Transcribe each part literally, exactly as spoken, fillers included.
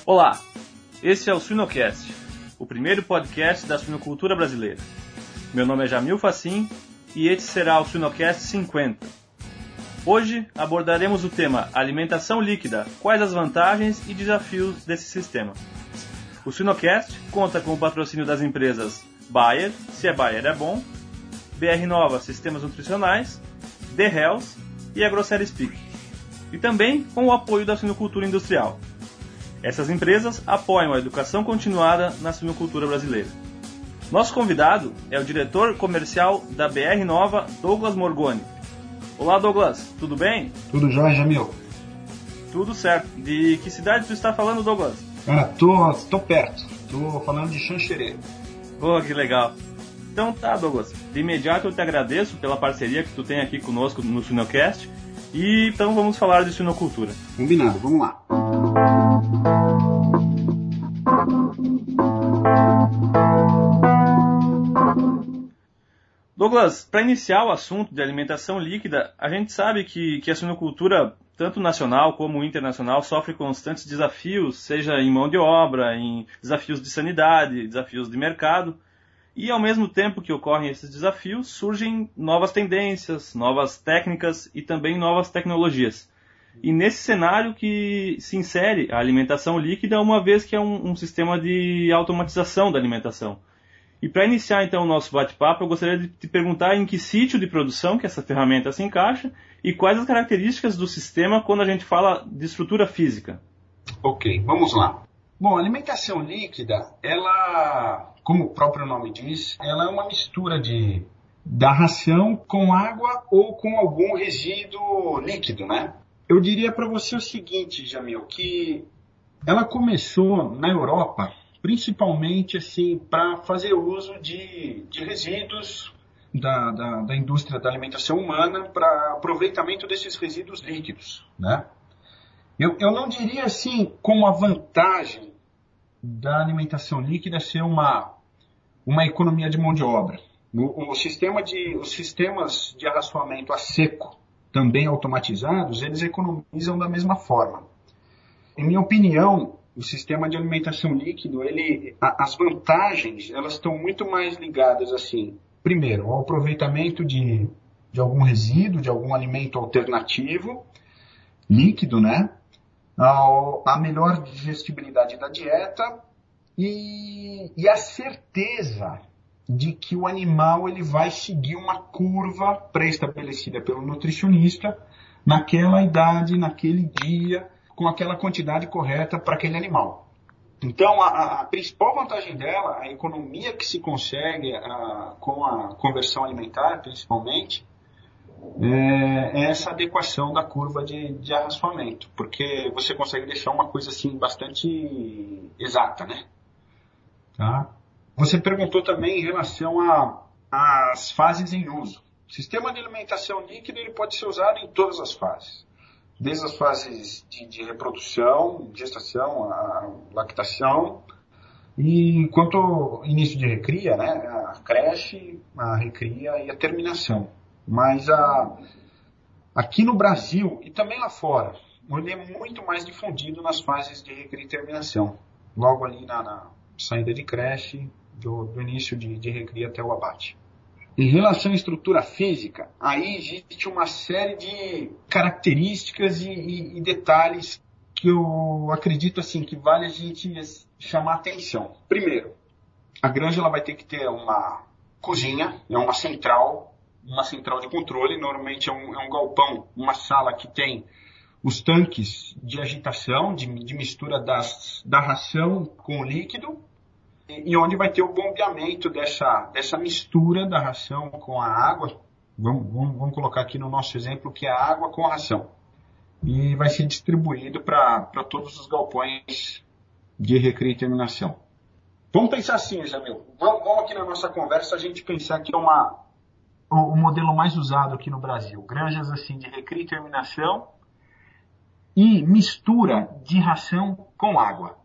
Olá, esse é o Suinocast, o primeiro podcast da suinocultura brasileira. Meu nome é Jamil Facim e este será o Suinocast cinquenta. Hoje abordaremos o tema alimentação líquida, quais as vantagens e desafios desse sistema. O Suinocast conta com o patrocínio das empresas Bayer, se é Bayer é bom, B R Nova Sistemas Nutricionais, The Health e AgroSérie Speak. E também com o apoio da suinocultura industrial. Essas empresas apoiam a educação continuada na suinocultura brasileira. Nosso convidado é o diretor comercial da B R Nova, Douglas Morgoni. Olá, Douglas, tudo bem? Tudo jóia, Jamil? Tudo certo. De que cidade tu está falando, Douglas? Ah, tô, tô perto. Tô falando de Xanxerê. Oh, que legal. Então tá, Douglas. De imediato eu te agradeço pela parceria que tu tem aqui conosco no Suinocast. E então vamos falar de suinocultura. Combinado, vamos lá. Douglas, para iniciar o assunto de alimentação líquida, a gente sabe que, que a suinocultura, tanto nacional como internacional, sofre constantes desafios, seja em mão de obra, em desafios de sanidade, desafios de mercado. E ao mesmo tempo que ocorrem esses desafios, surgem novas tendências, novas técnicas e também novas tecnologias. E nesse cenário que se insere a alimentação líquida, uma vez que é um, um sistema de automatização da alimentação. E para iniciar então o nosso bate-papo, eu gostaria de te perguntar em que sítio de produção que essa ferramenta se encaixa e quais as características do sistema quando a gente fala de estrutura física. Ok, vamos lá. Bom, a alimentação líquida, ela, como o próprio nome diz, ela é uma mistura de, da ração com água ou com algum resíduo líquido, né? Eu diria para você o seguinte, Jamil, que ela começou na Europa, principalmente assim, para fazer uso de, de resíduos da, da, da indústria da alimentação humana para aproveitamento desses resíduos líquidos, né? Eu, eu não diria assim como a vantagem da alimentação líquida ser uma, uma economia de mão de obra. O, o sistema de, os sistemas de arraçoamento a seco, também automatizados, eles economizam da mesma forma. Em minha opinião, o sistema de alimentação líquido, ele, a, as vantagens, elas estão muito mais ligadas, assim, primeiro, ao aproveitamento de, de algum resíduo, de algum alimento alternativo, líquido, né? Ao, a melhor digestibilidade da dieta e, e a certeza de que o animal ele vai seguir uma curva pré-estabelecida pelo nutricionista naquela idade, naquele dia, com aquela quantidade correta para aquele animal. Então, a, a principal vantagem dela, a economia que se consegue a, com a conversão alimentar, principalmente, é, é essa adequação da curva de, de arraçoamento, porque você consegue deixar uma coisa assim bastante exata, né? Tá? Você perguntou também em relação às fases em uso. O sistema de alimentação líquida ele pode ser usado em todas as fases. Desde as fases de, de reprodução, gestação, a lactação, e quanto ao início de recria, né, a creche, a recria e a terminação. Mas a, aqui no Brasil e também lá fora, ele é muito mais difundido nas fases de recria e terminação. Logo ali na, na saída de creche, do, do início de, de recria até o abate. Em relação à estrutura física, aí existe uma série de características e, e, e detalhes que eu acredito assim, que vale a gente chamar atenção. Primeiro, a granja ela vai ter que ter uma cozinha, é uma central, uma central de controle, normalmente é um, é um galpão, uma sala que tem os tanques de agitação, de, de mistura das, da ração com o líquido, e onde vai ter o bombeamento dessa, dessa mistura da ração com a água. Vamos, vamos, vamos colocar aqui no nosso exemplo que é a água com a ração. E vai ser distribuído para todos os galpões de recria e terminação. Vamos pensar assim, Jamil. Vamos, vamos aqui na nossa conversa a gente pensar que é uma, o, o modelo mais usado aqui no Brasil. Granjas assim de recria e terminação e mistura de ração com água.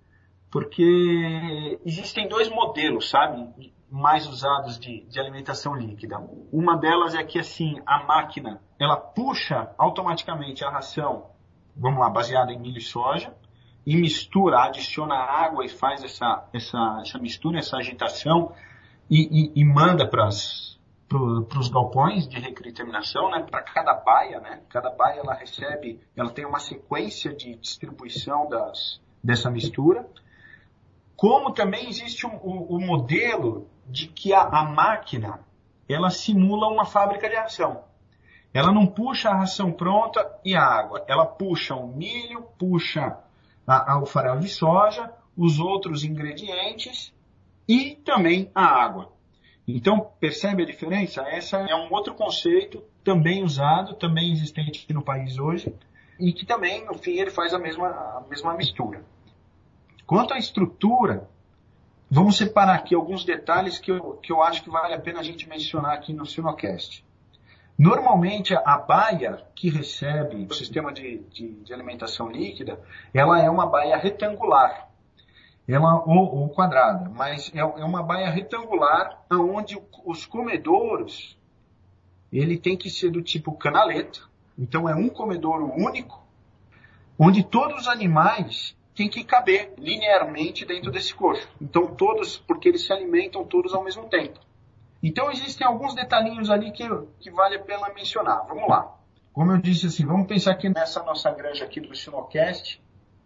Porque existem dois modelos, sabe, mais usados de, de alimentação líquida. Uma delas é que, assim, a máquina, ela puxa automaticamente a ração, vamos lá, baseada em milho e soja, e mistura, adiciona água e faz essa, essa, essa mistura, essa agitação e, e, e manda para os galpões de recria e terminação, né, para cada baia, né, cada baia ela recebe, ela tem uma sequência de distribuição das, dessa mistura, como também existe o um, um, um modelo de que a, a máquina ela simula uma fábrica de ração. Ela não puxa a ração pronta e a água. Ela puxa o milho, puxa a, a, o farelo de soja, os outros ingredientes e também a água. Então, percebe a diferença? Esse é um outro conceito também usado, também existente aqui no país hoje, e que também, no fim, ele faz a mesma, a mesma mistura. Quanto à estrutura, vamos separar aqui alguns detalhes que eu, que eu acho que vale a pena a gente mencionar aqui no Sinocast. Normalmente, a baia que recebe o sistema de, de, de alimentação líquida, ela é uma baia retangular, ela, ou, ou quadrada, mas é, é uma baia retangular onde os comedouros, ele tem que ser do tipo canaleta, então é um comedouro único, onde todos os animais têm que caber linearmente dentro desse coxo. Então todos, porque eles se alimentam todos ao mesmo tempo. Então existem alguns detalhinhos ali que, que vale a pena mencionar. Vamos lá. Como eu disse assim, vamos pensar que nessa nossa granja aqui do Sinocast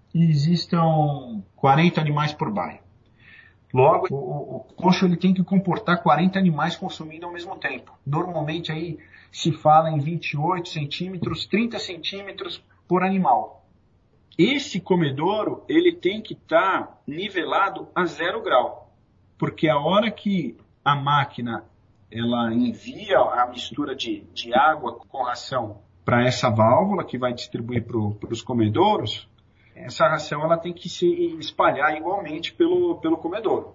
existam quarenta animais por baia. Logo, o, o, o coxo ele tem que comportar quarenta animais consumindo ao mesmo tempo. Normalmente aí se fala em vinte e oito centímetros, trinta centímetros por animal. Esse comedouro ele tem que estar tá nivelado a zero grau. Porque a hora que a máquina ela envia a mistura de, de água com ração para essa válvula que vai distribuir para os comedouros, essa ração ela tem que se espalhar igualmente pelo, pelo comedouro.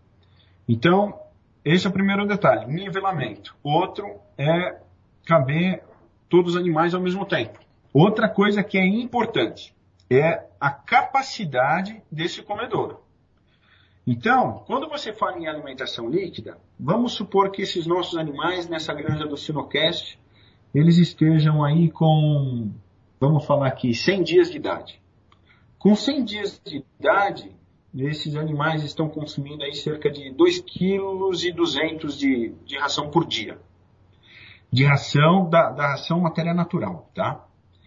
Então, esse é o primeiro detalhe, nivelamento. Outro é caber todos os animais ao mesmo tempo. Outra coisa que é importante é a capacidade desse comedouro. Então, quando você fala em alimentação líquida, vamos supor que esses nossos animais nessa granja do Sinocast, eles estejam aí com, vamos falar aqui, cem dias de idade. Com cem dias de idade, esses animais estão consumindo aí cerca de dois vírgula duzentos quilos de, de ração por dia. De ração, da, da ração matéria natural, tá?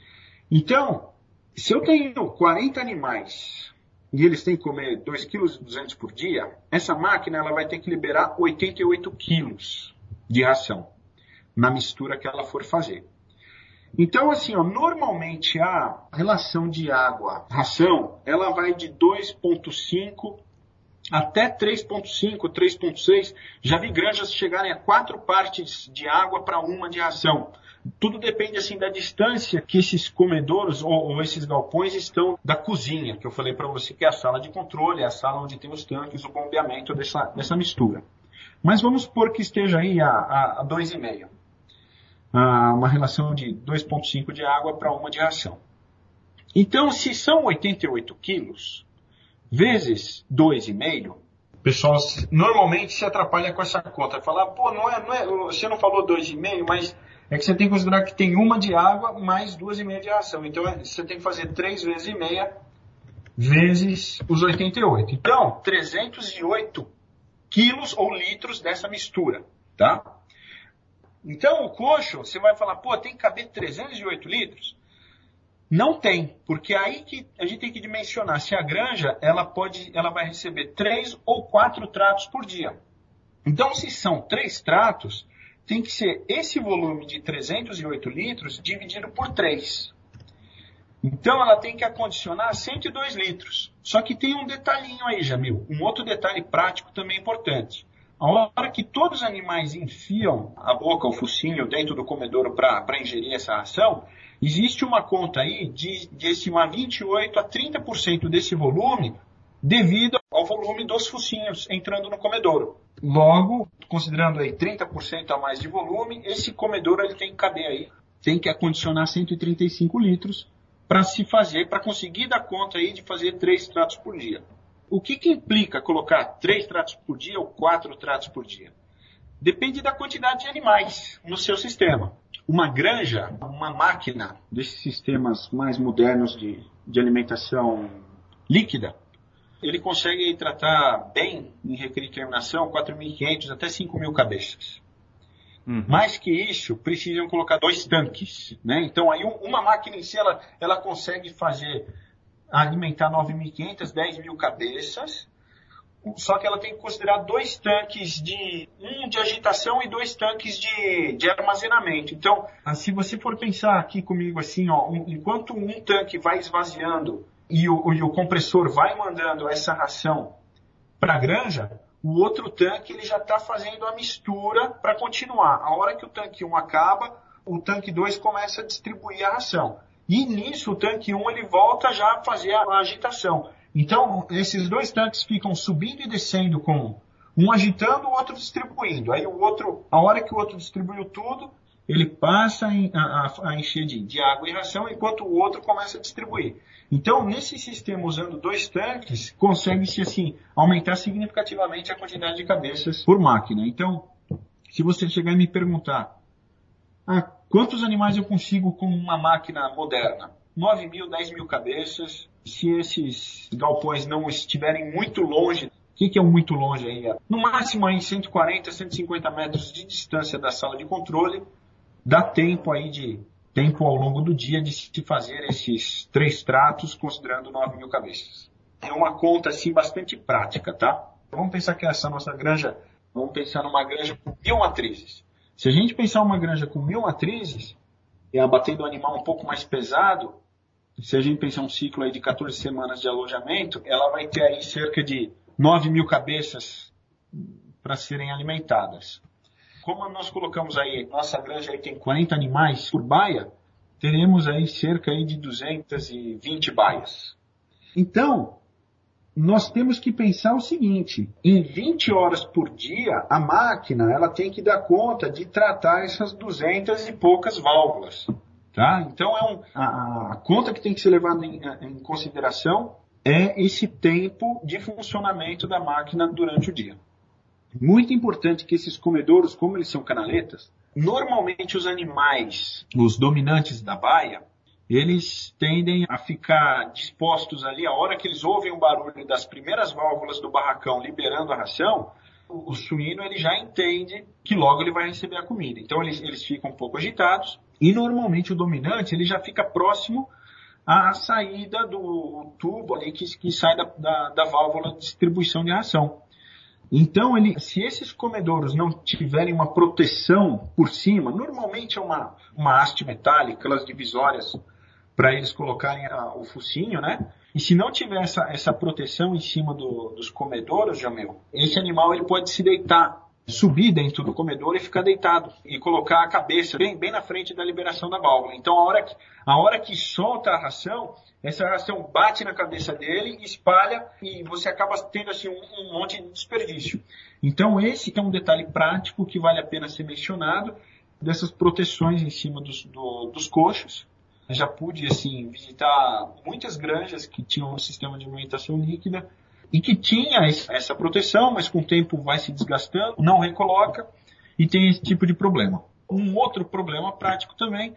Então, se eu tenho quarenta animais e eles têm que comer dois vírgula duzentos quilos por dia, essa máquina ela vai ter que liberar oitenta e oito quilos de ração na mistura que ela for fazer. Então, assim, ó, normalmente a relação de água-ração, ela vai de dois vírgula cinco até três vírgula cinco, três vírgula seis. Já vi granjas chegarem a quatro partes de água para uma de ração. Tudo depende, assim, da distância que esses comedouros ou, ou esses galpões estão da cozinha, que eu falei para você que é a sala de controle, é a sala onde tem os tanques, o bombeamento dessa, dessa mistura. Mas vamos supor que esteja aí a, a, a dois vírgula cinco. Uma relação de dois vírgula cinco de água para uma de ração. Então, se são oitenta e oito quilos, vezes dois vírgula cinco, o pessoal normalmente se atrapalha com essa conta. Fala, pô, não é, não é, você não falou dois vírgula cinco, mas é que você tem que considerar que tem uma de água mais duas vírgula cinco de ração. Então, você tem que fazer três vezes e meia vezes os oitenta e oito. Então, trezentos e oito quilos ou litros dessa mistura, tá? Então, o coxo, você vai falar, pô, tem que caber trezentos e oito litros? Não tem, porque é aí que a gente tem que dimensionar se a granja ela pode, ela vai receber três ou quatro tratos por dia. Então, se são três tratos, tem que ser esse volume de trezentos e oito litros dividido por três. Então, ela tem que acondicionar cento e dois litros. Só que tem um detalhinho aí, Jamil, um outro detalhe prático também importante. A hora que todos os animais enfiam a boca, o focinho dentro do comedouro para ingerir essa ração, existe uma conta aí de, de estimar vinte e oito a trinta por cento desse volume devido ao volume dos focinhos entrando no comedouro. Logo, considerando aí trinta por cento a mais de volume, esse comedouro ele tem que caber aí, tem que acondicionar cento e trinta e cinco litros para se fazer, para conseguir dar conta aí de fazer três tratos por dia. O que, que implica colocar três tratos por dia ou quatro tratos por dia? Depende da quantidade de animais no seu sistema. Uma granja, uma máquina desses sistemas mais modernos de, de alimentação líquida, ele consegue tratar bem, em recriminação, quatro mil e quinhentos até cinco mil cabeças. Hum. Mais que isso, precisam colocar dois tanques, né? Então, aí uma máquina em si, ela, ela consegue fazer, alimentar nove mil e quinhentas, dez mil cabeças, só que ela tem que considerar dois tanques, de um de agitação e dois tanques de, de armazenamento. Então, se você for pensar aqui comigo assim, ó, um, enquanto um tanque vai esvaziando e o, e o compressor vai mandando essa ração para a granja, o outro tanque ele já está fazendo a mistura para continuar. A hora que o tanque um acaba, o tanque dois começa a distribuir a ração. E nisso o tanque um ele volta já a fazer a, a agitação. Então, esses dois tanques ficam subindo e descendo com um agitando, o outro distribuindo. Aí o outro, a hora que o outro distribuiu tudo, ele passa a, a, a encher de, de água e ração, enquanto o outro começa a distribuir. Então, nesse sistema, usando dois tanques, consegue-se, assim, aumentar significativamente a quantidade de cabeças por máquina. Então, se você chegar e me perguntar, ah, quantos animais eu consigo com uma máquina moderna? nove mil, dez mil cabeças. Se esses galpões não estiverem muito longe, o que, que é muito longe aí? No máximo aí cento e quarenta, cento e cinquenta metros de distância da sala de controle, dá tempo aí de tempo ao longo do dia de se fazer esses três tratos, considerando nove mil cabeças. É uma conta assim bastante prática, tá? Vamos pensar que essa nossa granja, vamos pensar numa granja com mil matrizes. Se a gente pensar uma granja com mil matrizes, e abatendo um animal um pouco mais pesado, se a gente pensar um ciclo aí de quatorze semanas de alojamento, ela vai ter aí cerca de nove mil cabeças para serem alimentadas. Como nós colocamos aí, nossa granja aí tem quarenta animais por baia, teremos aí cerca aí de duzentas e vinte baias. Então, nós temos que pensar o seguinte, em vinte horas por dia, a máquina ela tem que dar conta de tratar essas duzentas e poucas válvulas. Tá? Então, é um, a, a conta que tem que ser levada em, em consideração é esse tempo de funcionamento da máquina durante o dia. Muito importante que esses comedouros, como eles são canaletas, normalmente os animais, os dominantes da baia, eles tendem a ficar dispostos ali, a hora que eles ouvem o barulho das primeiras válvulas do barracão liberando a ração, o, o suíno ele já entende que logo ele vai receber a comida. Então eles, eles ficam um pouco agitados e normalmente o dominante ele já fica próximo à saída do tubo ali que, que sai da, da, da válvula de distribuição de ração. Então, ele, se esses comedouros não tiverem uma proteção por cima, normalmente é uma, uma haste metálica, aquelas divisórias para eles colocarem a, o focinho, né? E se não tiver essa, essa proteção em cima do, dos comedouros, Jamil, esse animal ele pode se deitar, subir dentro do comedouro e ficar deitado e colocar a cabeça bem, bem na frente da liberação da válvula. Então, a hora que, a hora que solta a ração, essa ração bate na cabeça dele, espalha e você acaba tendo assim, um, um monte de desperdício. Então, esse é um detalhe prático que vale a pena ser mencionado, dessas proteções em cima dos, do, dos coxos. Eu já pude assim, visitar muitas granjas que tinham um sistema de alimentação líquida e que tinha essa proteção, mas com o tempo vai se desgastando, não recoloca e tem esse tipo de problema. Um outro problema prático também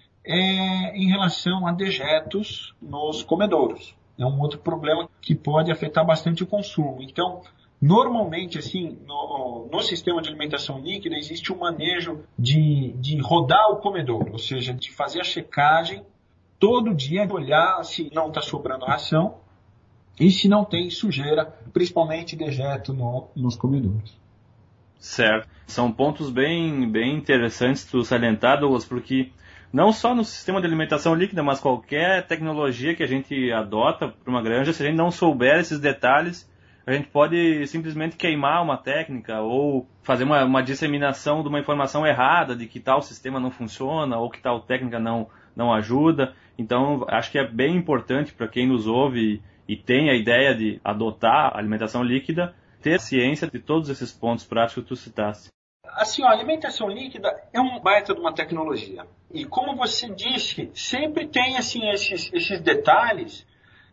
é em relação a dejetos nos comedouros. É um outro problema que pode afetar bastante o consumo. Então, normalmente, assim, no, no sistema de alimentação líquida, existe um manejo de, de rodar o comedouro, ou seja, de fazer a checagem todo dia, olhar se não está sobrando ração e se não tem sujeira, principalmente dejeto no, nos comedouros. Certo. São pontos bem, bem interessantes tu salientar, Douglas, porque não só no sistema de alimentação líquida, mas qualquer tecnologia que a gente adota para uma granja, se a gente não souber esses detalhes, a gente pode simplesmente queimar uma técnica ou fazer uma, uma disseminação de uma informação errada de que tal sistema não funciona ou que tal técnica não, não ajuda. Então, acho que é bem importante para quem nos ouve e, e tem a ideia de adotar a alimentação líquida, ter ciência de todos esses pontos práticos que tu citaste. Assim, ó, a alimentação líquida é um baita de uma tecnologia. E como você disse, sempre tem assim, esses, esses detalhes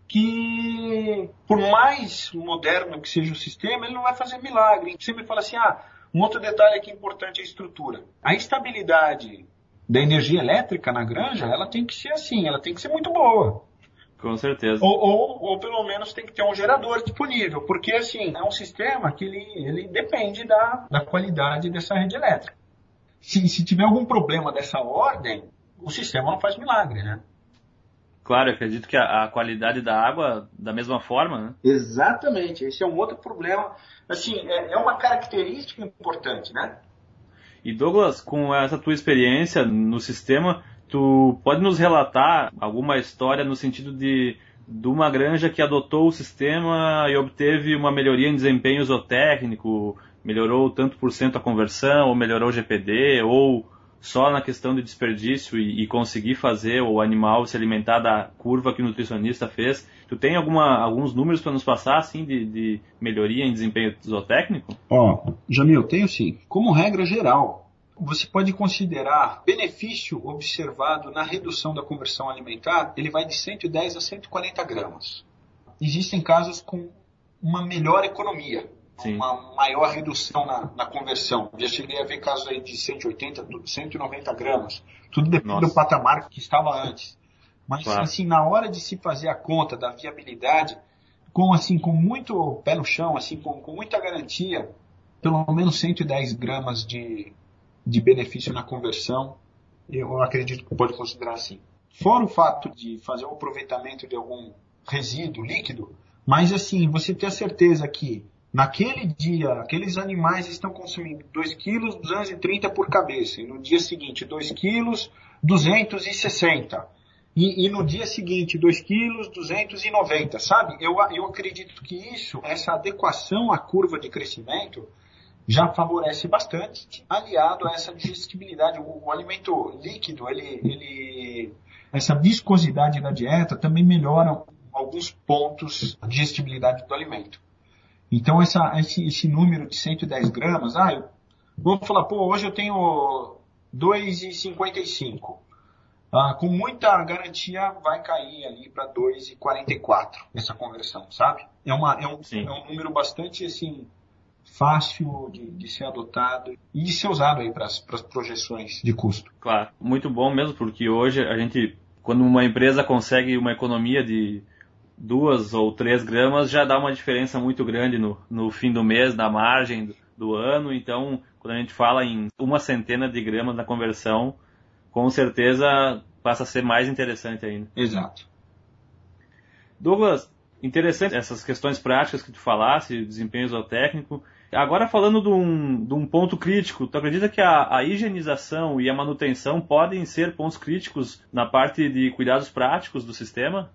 que, por mais moderno que seja o sistema, ele não vai fazer milagre. Sempre fala assim, ah, um outro detalhe aqui importante é a estrutura. A estabilidade da energia elétrica na granja, ela tem que ser assim, ela tem que ser muito boa. Com certeza. Ou, ou, ou pelo menos tem que ter um gerador disponível, porque assim, é um sistema que ele, ele depende da, da qualidade dessa rede elétrica. Se, se tiver algum problema dessa ordem, o sistema não faz milagre, né? Claro, eu acredito que a, a qualidade da água, da mesma forma, né? Exatamente, esse é um outro problema. Assim, é, é uma característica importante, né? E Douglas, com essa tua experiência no sistema, tu pode nos relatar alguma história no sentido de, de uma granja que adotou o sistema e obteve uma melhoria em desempenho zootécnico, melhorou tanto por cento a conversão, ou melhorou o G P D, ou só na questão de desperdício e, e conseguir fazer o animal se alimentar da curva que o nutricionista fez. Tu tem alguma, alguns números para nos passar, assim, de, de melhoria em desempenho zootécnico? Ó, oh, Jamil, tenho sim. Como regra geral, você pode considerar benefício observado na redução da conversão alimentar, ele vai de cento e dez a cento e quarenta gramas. Existem casos com uma melhor economia, Sim. uma maior redução na, na conversão. Já cheguei a ver casos aí de cento e oitenta, cento e noventa gramas. Tudo depende Nossa. do patamar que estava antes. Mas, claro. assim, na hora de se fazer a conta da viabilidade, com, assim, com muito pé no chão, assim, com, com muita garantia, pelo menos cento e dez gramas de, de benefício na conversão, eu acredito que pode considerar assim. Fora o fato de fazer o aproveitamento de algum resíduo líquido, mas, assim, você ter a certeza que naquele dia, aqueles animais estão consumindo dois quilos duzentos e trinta por cabeça, e no dia seguinte dois quilos duzentos e sessenta. E, e no dia seguinte, dois quilos duzentos e noventa, sabe? Eu, eu acredito que isso, essa adequação à curva de crescimento, já favorece bastante, aliado a essa digestibilidade. O, o alimento líquido, ele, ele, essa viscosidade da dieta também melhora alguns pontos da digestibilidade do alimento. Então, essa, esse, esse número de cento e dez gramas, ah, eu vou falar, pô, hoje eu tenho dois vírgula cinquenta e cinco. Ah, com muita garantia vai cair ali para dois vírgula quarenta e quatro essa conversão, sabe? É, uma, é, um, é um número bastante assim, fácil de, de ser adotado e de ser usado aí para as projeções de custo. Claro, muito bom mesmo, porque hoje a gente, quando uma empresa consegue uma economia de duas ou três gramas, já dá uma diferença muito grande no, no fim do mês, na margem do, do ano. Então, quando a gente fala em uma centena de gramas na conversão, com certeza passa a ser mais interessante ainda. Exato. Douglas, interessante essas questões práticas que tu falaste, desempenho zootécnico. Agora falando de um, de um ponto crítico, tu acredita que a, a higienização e a manutenção podem ser pontos críticos na parte de cuidados práticos do sistema?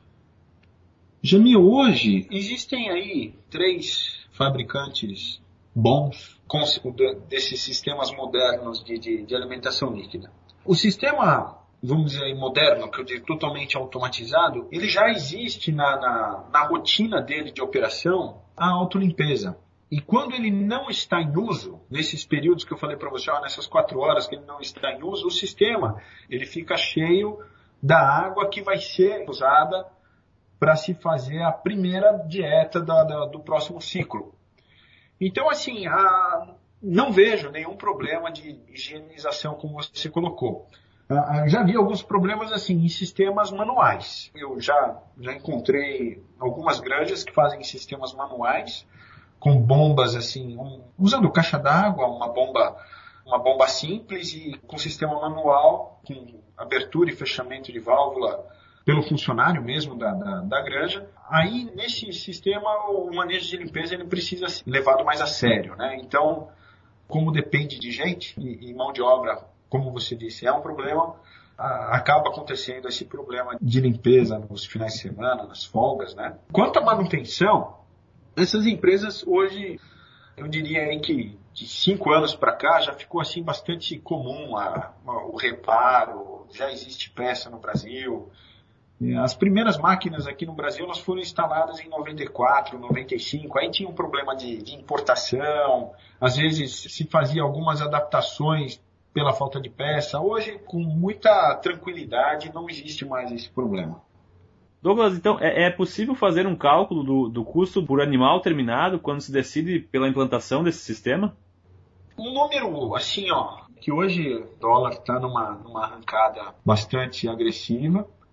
Jamil, hoje existem aí três fabricantes bons desses sistemas modernos de, de, de alimentação líquida. O sistema, vamos dizer, moderno, que eu digo totalmente automatizado, ele já existe na, na, na rotina dele de operação a autolimpeza. E quando ele não está em uso, nesses períodos que eu falei para você, ó, nessas quatro horas que ele não está em uso, o sistema ele fica cheio da água que vai ser usada para se fazer a primeira dieta da, da, do próximo ciclo. Então, assim, a... não vejo nenhum problema de higienização como você colocou. Uh, já vi alguns problemas assim em sistemas manuais. Eu já, já encontrei algumas granjas que fazem sistemas manuais com bombas assim, um, usando caixa d'água, uma bomba, uma bomba simples e com sistema manual, com abertura e fechamento de válvula pelo funcionário mesmo da, da, da granja. Aí, nesse sistema, o manejo de limpeza ele precisa ser levado mais a sério, né? Então, como depende de gente e, e mão de obra, como você disse, é um problema, a, acaba acontecendo esse problema de limpeza nos finais de semana, nas folgas, né? Quanto à manutenção, essas empresas hoje, eu diria aí que de cinco anos para cá já ficou assim bastante comum a, a, o reparo, já existe peça no Brasil. As primeiras máquinas aqui no Brasil elas foram instaladas em noventa e quatro, noventa e cinco, aí tinha um problema de, de importação, às vezes se fazia algumas adaptações pela falta de peça. Hoje, com muita tranquilidade, não existe mais esse problema. Douglas, então, é, é possível fazer um cálculo do, do custo por animal terminado quando se decide pela implantação desse sistema? Um número, assim, ó, que hoje o dólar está numa, numa arrancada bastante agressiva.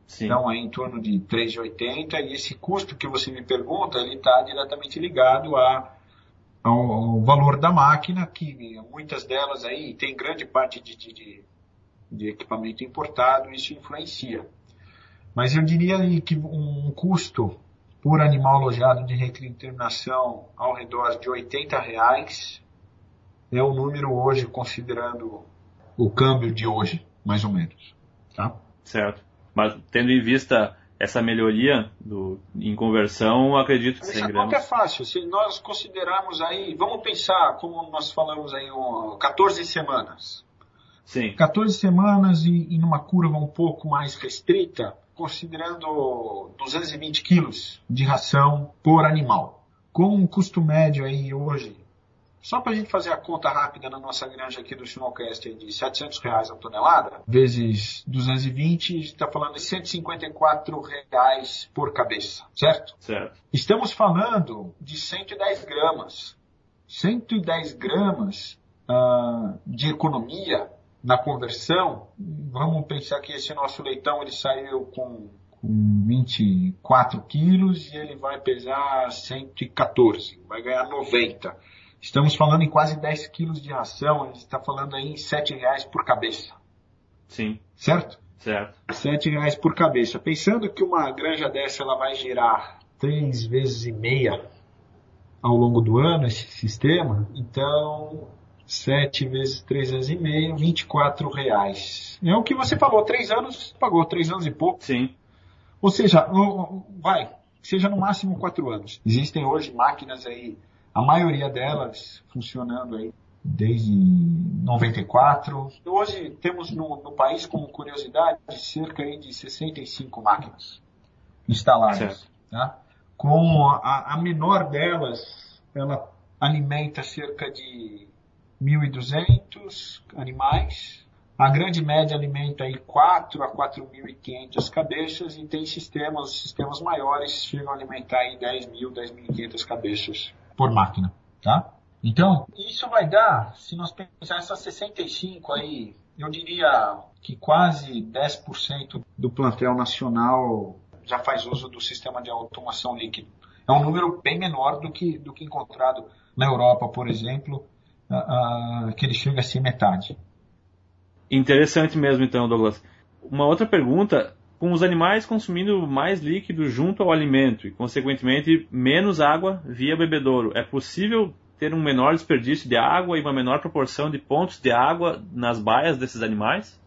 Sim. Então é em torno de três reais e oitenta centavos, e esse custo que você me pergunta, ele está diretamente ligado a, ao, ao valor da máquina, que muitas delas aí tem grande parte de, de, de, de equipamento importado, isso influencia. Mas eu diria que um custo por animal alojado de recriminação ao redor de oitenta reais é o número hoje, considerando o câmbio de hoje, mais ou menos. Tá? Certo. Mas tendo em vista essa melhoria do, em conversão, acredito que cem Essa gramas... conta é fácil. Se nós considerarmos aí, vamos pensar, como nós falamos aí, um, quatorze semanas. Sim. quatorze semanas e, e numa curva um pouco mais restrita, considerando duzentos e vinte quilos de ração por animal. Com um custo médio aí hoje, só para a gente fazer a conta rápida na nossa granja aqui do Sinocast de setecentos reais a tonelada, vezes duzentos e vinte, a gente está falando de cento e cinquenta e quatro reais por cabeça, certo? Certo. Estamos falando de cento e dez gramas. cento e dez gramas uh, de economia na conversão. Vamos pensar que esse nosso leitão ele saiu com, com vinte e quatro quilos e ele vai pesar cento e quatorze, vai ganhar noventa. Estamos falando em quase dez quilos de ração, a gente está falando aí em sete reais por cabeça. Sim. Certo? Certo. sete reais por cabeça. Pensando que uma granja dessa ela vai girar três vezes e meia ao longo do ano, esse sistema, então sete vezes três vezes e meio, vinte e quatro reais. É o que você falou, três anos, pagou três anos e pouco. Sim. Ou seja, vai, seja no máximo quatro anos. Existem hoje máquinas aí, a maioria delas funcionando aí desde noventa e quatro. Hoje temos no, no país, como curiosidade, cerca aí de sessenta e cinco máquinas instaladas. Tá? Com a, a menor delas, ela alimenta cerca de mil e duzentos animais. A grande média alimenta aí quatro a quatro mil e quinhentas cabeças e tem sistemas, sistemas maiores chegam a alimentar aí dez mil, dez mil e quinhentas cabeças por máquina, tá? Então, isso vai dar, se nós pensarmos essas sessenta e cinco aí, eu diria que quase dez por cento do plantel nacional já faz uso do sistema de automação líquida. É um número bem menor do que, do que encontrado na Europa, por exemplo, uh, uh, que ele chega a ser metade. Interessante mesmo, então, Douglas. Uma outra pergunta: com os animais consumindo mais líquido junto ao alimento e, consequentemente, menos água via bebedouro, é possível ter um menor desperdício de água e uma menor proporção de pontos de água nas baias desses animais?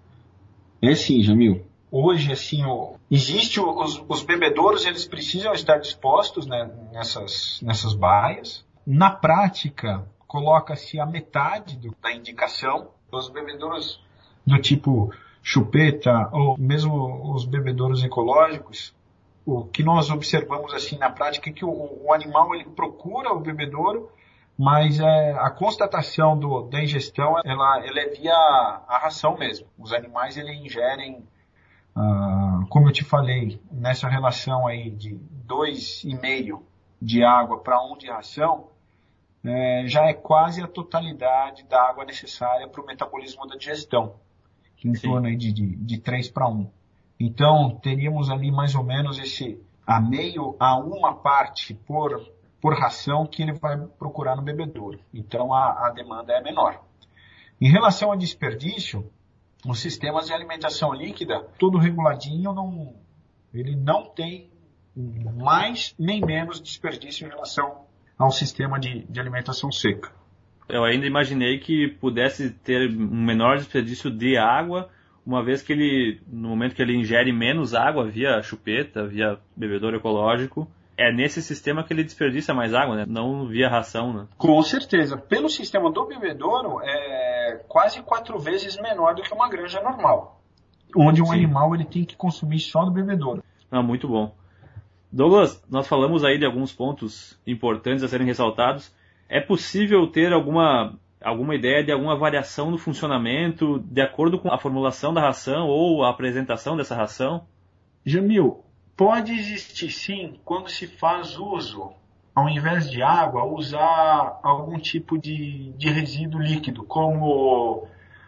É sim, Jamil. Hoje, assim, ó, existe os, os bebedouros, eles precisam estar dispostos, né, nessas, nessas baias. Na prática, coloca-se a metade do, da indicação. Os bebedouros do tipo chupeta ou mesmo os bebedouros ecológicos, o que nós observamos assim na prática é que o, o animal ele procura o bebedouro, mas é, a constatação do, da ingestão ela, ela é via a ração mesmo. Os animais eles ingerem, ah, como eu te falei, nessa relação aí de dois vírgula cinco de água para um de ração, É, já é quase a totalidade da água necessária para o metabolismo da digestão, em Sim. torno aí de, de, de três para um. Então, teríamos ali mais ou menos esse a meio a uma parte por, por ração que ele vai procurar no bebedouro. Então, a, a demanda é menor. Em relação ao desperdício, os sistemas de alimentação líquida, todo reguladinho, não, ele não tem mais nem menos desperdício em relação ao sistema de, de alimentação seca. Eu ainda imaginei que pudesse ter um menor desperdício de água, uma vez que ele, no momento que ele ingere menos água via chupeta, via bebedouro ecológico, é nesse sistema que ele desperdiça mais água, né? Não via ração, né? Com certeza. Pelo sistema do bebedouro, é quase quatro vezes menor do que uma granja normal, onde um Sim. animal ele tem que consumir só do bebedouro. Ah, muito bom. Douglas, nós falamos aí de alguns pontos importantes a serem ressaltados. É possível ter alguma, alguma ideia de alguma variação no funcionamento de acordo com a formulação da ração ou a apresentação dessa ração? Jamil, pode existir sim quando se faz uso, ao invés de água, usar algum tipo de, de resíduo líquido, como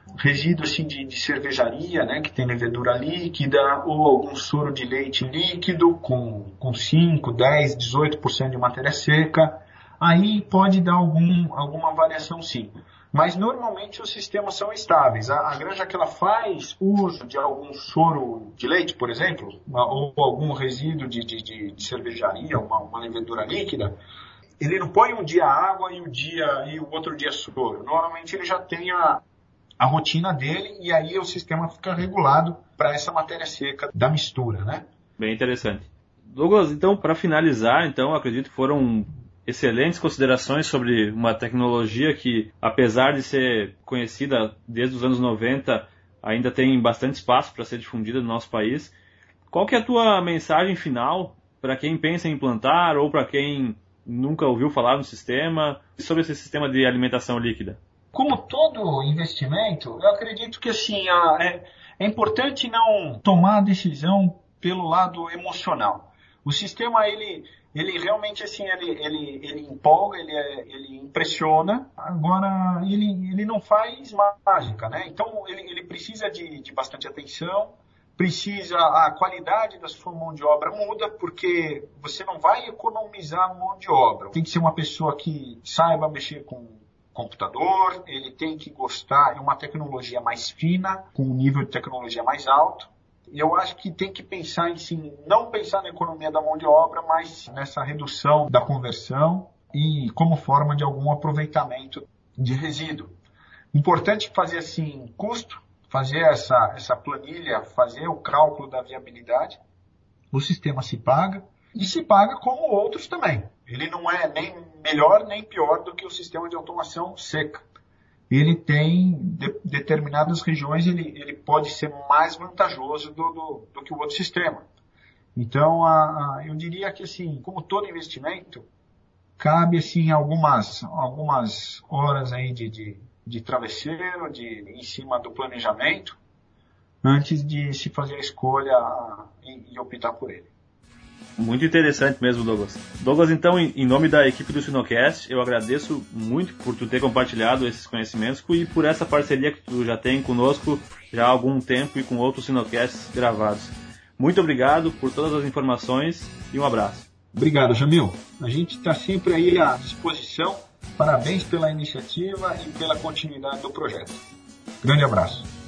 resíduo assim, de, de cervejaria, né, que tem levedura líquida, ou algum soro de leite líquido com, com cinco, dez, dezoito por cento de matéria seca, aí pode dar algum, alguma variação sim. Mas normalmente os sistemas são estáveis. A, a granja que ela faz uso de algum soro de leite, por exemplo, ou algum resíduo de, de, de, de cervejaria, uma, uma levedura líquida, ele não põe um dia água e o, dia, e o outro dia soro. Normalmente ele já tem a, a rotina dele e aí o sistema fica regulado para essa matéria seca da mistura, né? Bem interessante. Douglas, então, para finalizar, então, acredito que foram excelentes considerações sobre uma tecnologia que, apesar de ser conhecida desde os anos noventa, ainda tem bastante espaço para ser difundida no nosso país. Qual que é a tua mensagem final para quem pensa em implantar ou para quem nunca ouviu falar no sistema, sobre esse sistema de alimentação líquida? Como todo investimento, eu acredito que assim, é, é importante não tomar a decisão pelo lado emocional. O sistema, ele... Ele realmente, assim, ele, ele, ele empolga, ele, ele impressiona, agora ele, ele não faz mágica, né? Então, ele, ele precisa de, de bastante atenção, precisa, a qualidade da sua mão de obra muda, porque você não vai economizar mão de obra. Tem que ser uma pessoa que saiba mexer com computador, ele tem que gostar de uma tecnologia mais fina, com um nível de tecnologia mais alto. E eu acho que tem que pensar em sim, não pensar na economia da mão de obra, mas nessa redução da conversão e como forma de algum aproveitamento de resíduo. Importante fazer assim, custo, fazer essa, essa planilha, fazer o cálculo da viabilidade. O sistema se paga e se paga como outros também. Ele não é nem melhor nem pior do que o sistema de automação seca. Ele tem de, determinadas regiões, ele, ele pode ser mais vantajoso do, do, do que o outro sistema. Então, a, a, eu diria que, assim, como todo investimento, cabe, assim, algumas, algumas horas aí de, de, de travesseiro, de, em cima do planejamento, antes de se fazer a escolha e, e optar por ele. Muito interessante mesmo, Douglas. Douglas, então, em nome da equipe do Sinocast, eu agradeço muito por tu ter compartilhado esses conhecimentos e por essa parceria que tu já tem conosco já há algum tempo e com outros Sinocasts gravados. Muito obrigado por todas as informações e um abraço. Obrigado, Jamil. A gente está sempre aí à disposição. Parabéns pela iniciativa e pela continuidade do projeto. Grande abraço.